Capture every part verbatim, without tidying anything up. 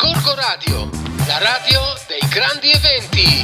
Gorgo Radio, la radio dei grandi eventi.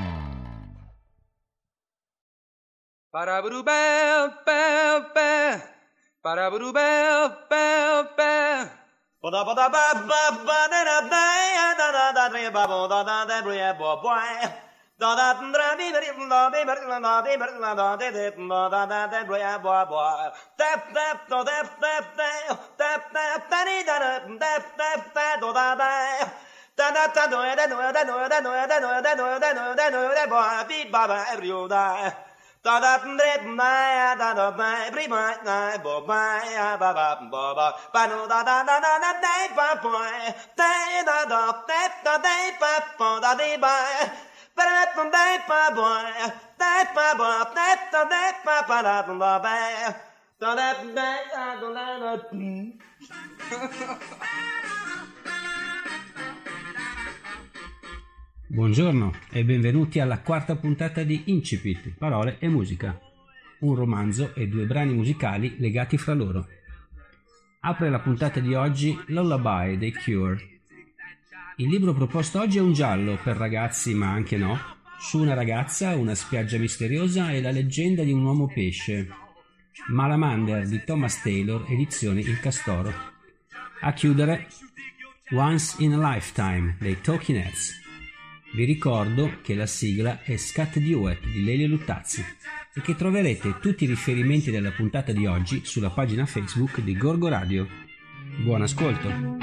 Buongiorno e benvenuti alla quarta puntata di Incipit, parole e musica, un romanzo e due brani musicali legati fra loro. Apre la puntata di oggi Lullaby dei Cure. Il libro proposto oggi è un giallo per ragazzi ma anche no, su una ragazza, una spiaggia misteriosa e la leggenda di un uomo pesce. Malamander di Thomas Taylor, edizione Il Castoro. A chiudere Once in a Lifetime dei Talking Heads. Vi ricordo che la sigla è Scat Duet di Lelio Luttazzi e che troverete tutti i riferimenti della puntata di oggi sulla pagina Facebook di Gorgo Radio. Buon ascolto!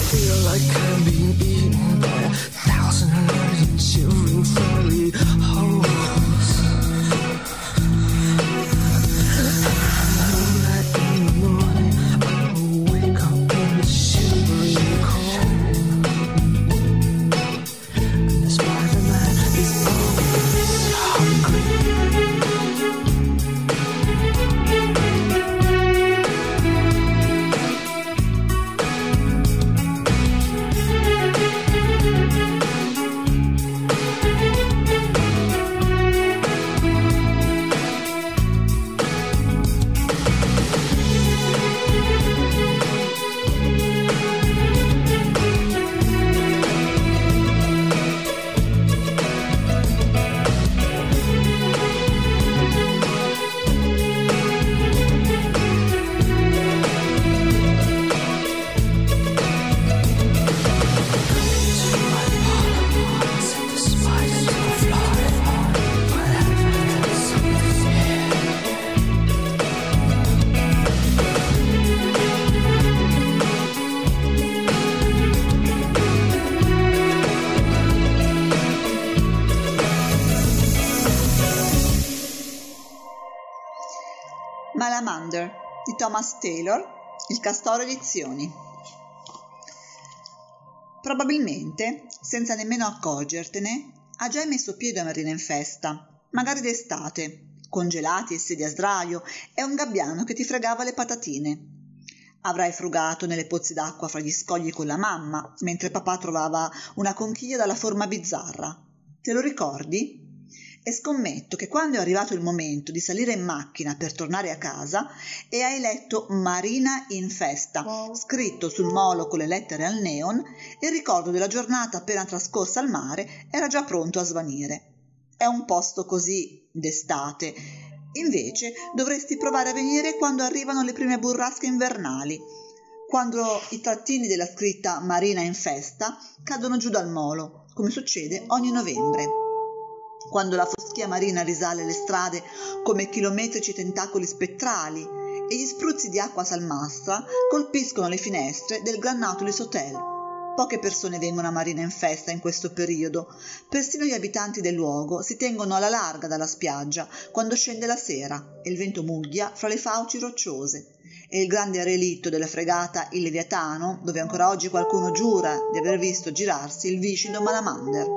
Children slowly Malamander di Thomas Taylor, Il Castoro Edizioni. Probabilmente, senza nemmeno accorgertene, ha già messo piede a Marina in Festa, magari d'estate, con gelati e sedie a sdraio e un gabbiano che ti fregava le patatine. Avrai frugato nelle pozze d'acqua fra gli scogli con la mamma, mentre papà trovava una conchiglia dalla forma bizzarra. Te lo ricordi? E scommetto che quando è arrivato il momento di salire in macchina per tornare a casa e hai letto Marina in Festa, scritto sul molo con le lettere al neon, il ricordo della giornata appena trascorsa al mare era già pronto a svanire. È un posto così d'estate. Invece dovresti provare a venire quando arrivano le prime burrasche invernali, quando i trattini della scritta Marina in Festa cadono giù dal molo, come succede ogni novembre. Quando la foschia marina risale le strade come chilometrici tentacoli spettrali e gli spruzzi di acqua salmastra colpiscono le finestre del Grand Nautilus Hotel. Poche persone vengono a Marina in Festa in questo periodo, persino gli abitanti del luogo si tengono alla larga dalla spiaggia quando scende la sera e il vento mugghia fra le fauci rocciose. E il grande relitto della fregata Il Leviatano, dove ancora oggi qualcuno giura di aver visto girarsi il viscido Malamander.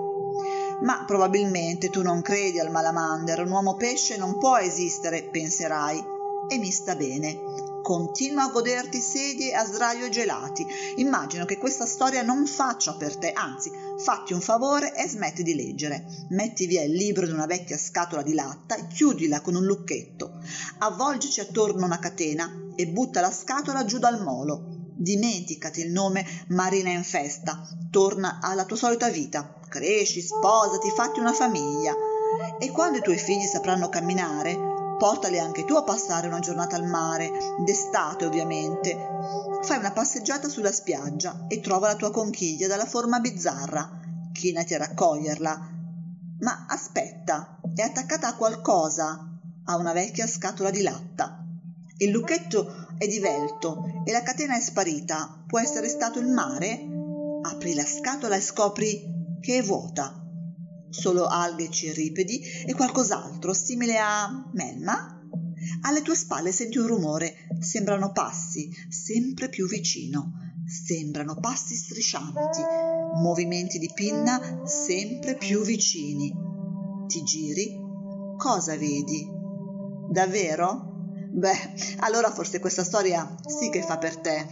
Ma probabilmente tu non credi al Malamander, un uomo pesce non può esistere, penserai, e mi sta bene. Continua a goderti sedie a sdraio e gelati. Immagino che questa storia non faccia per te, anzi, fatti un favore e smetti di leggere. Metti via il libro in una vecchia scatola di latta e chiudila con un lucchetto. Avvolgici attorno una catena e butta la scatola giù dal molo. Dimenticati il nome Marina in Festa, torna alla tua solita vita, cresci, sposati, fatti una famiglia e quando i tuoi figli sapranno camminare, portali anche tu a passare una giornata al mare, d'estate ovviamente. Fai una passeggiata sulla spiaggia e trova la tua conchiglia dalla forma bizzarra, chinati a raccoglierla. Ma aspetta, è attaccata a qualcosa, a una vecchia scatola di latta. Il lucchetto è divelto e la catena è sparita. Può essere stato il mare? Apri la scatola e scopri che è vuota. Solo alghe cirripedi e qualcos'altro simile a melma. Alle tue spalle senti un rumore. Sembrano passi, sempre più vicino. Sembrano passi striscianti. Movimenti di pinna sempre più vicini. Ti giri? Cosa vedi? Davvero? Beh, allora forse questa storia sì che fa per te.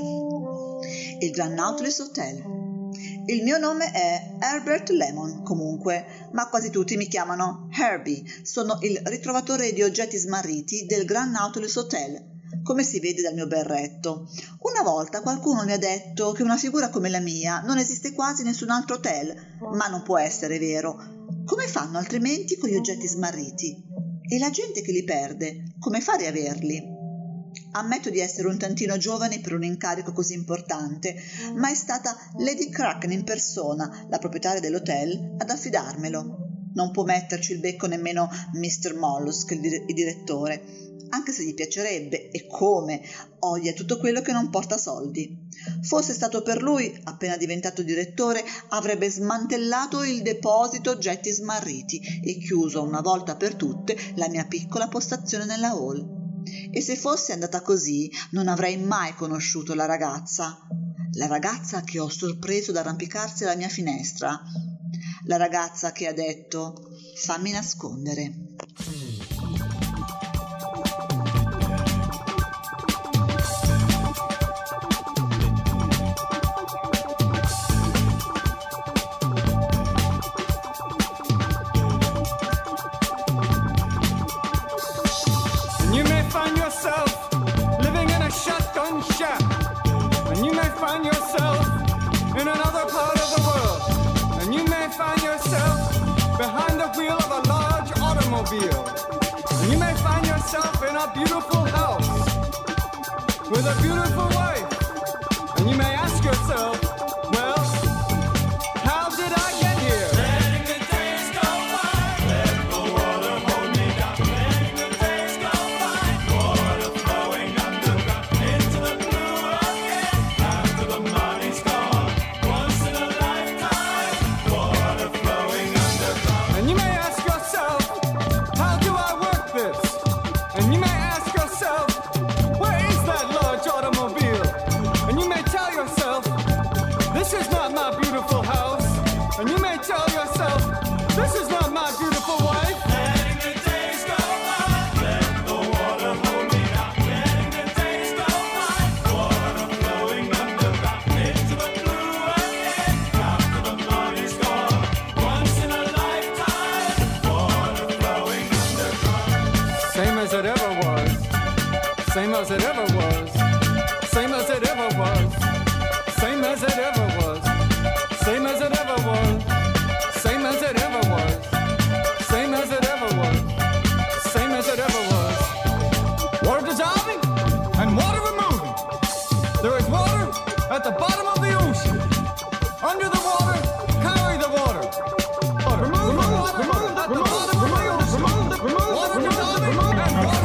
Il Grand Nautilus Hotel. Il mio nome è Herbert Lemon, comunque, ma quasi tutti mi chiamano Herbie. Sono il ritrovatore di oggetti smarriti del Grand Nautilus Hotel, come si vede dal mio berretto. Una volta qualcuno mi ha detto che una figura come la mia non esiste quasi in nessun altro hotel, ma non può essere vero. Come fanno altrimenti con gli oggetti smarriti? E la gente che li perde, come fa a riaverli? Ammetto di essere un tantino giovane per un incarico così importante, ma è stata Lady Kraken in persona, la proprietaria dell'hotel, ad affidarmelo. Non può metterci il becco nemmeno mister Mollusk, il, dir- il direttore, anche se gli piacerebbe, e come, odia tutto quello che non porta soldi. Fosse stato per lui, appena diventato direttore, avrebbe smantellato il deposito oggetti smarriti e chiuso una volta per tutte la mia piccola postazione nella hall. E se fosse andata così, non avrei mai conosciuto la ragazza, la ragazza che ho sorpreso ad arrampicarsi alla mia finestra, la ragazza che ha detto «fammi nascondere». Find yourself in another part of the world, and you may find yourself behind the wheel of a large automobile, and you may find yourself in a beautiful house with a beautiful wife, and you may ask yourself, well, how did I get here? Letting the days go by, let the water hold me down. Letting the days go by, water flowing underground into the blue again. After the money's gone, once in a lifetime, water flowing underground. And you may ask yourself, how do I work this? And you may ask yourself, as it ever was, same as it ever was, same as it ever was, same as it ever was, same as it ever was, same as it ever was, same as it ever was. Water dissolving and water removing. There is water at the bottom of the ocean. Under the water, carry the water. Remove the water at the bottom of the ocean. Water dissolving and water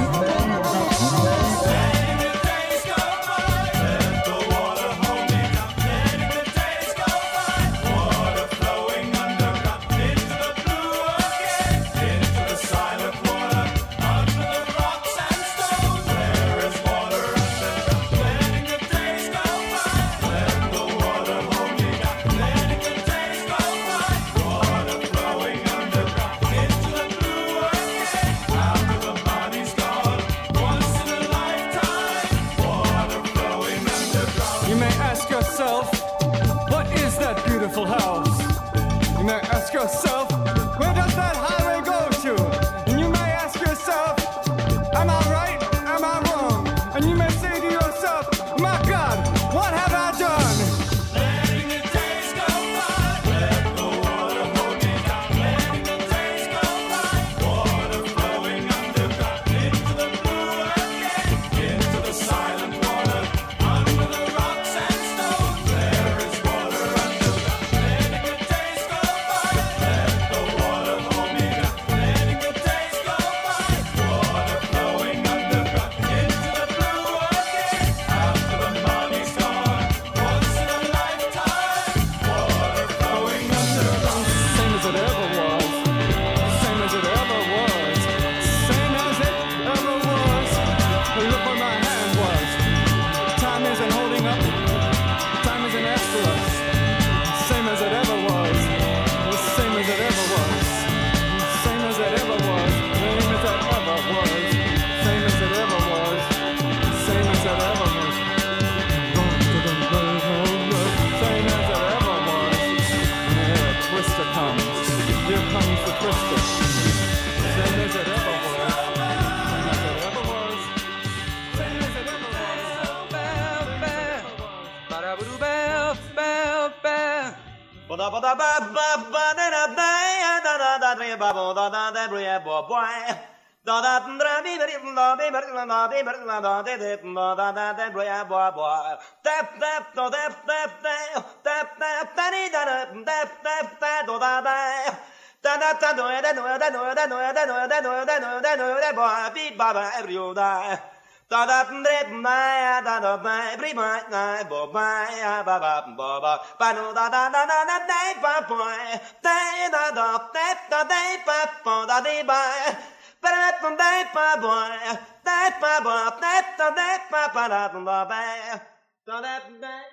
yourself, where does that highway go to? And you may ask yourself, am I right? Am I wrong? And you may say to yourself, my God, what have I done? Letting the days go by, let the water hold me down. Letting the days go by, water flowing underground into the blue again, into the silent water, under the rocks and stones. There is water underground. Letting the days go by.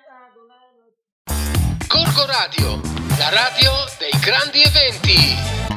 Gorgo Radio, la radio dei grandi eventi.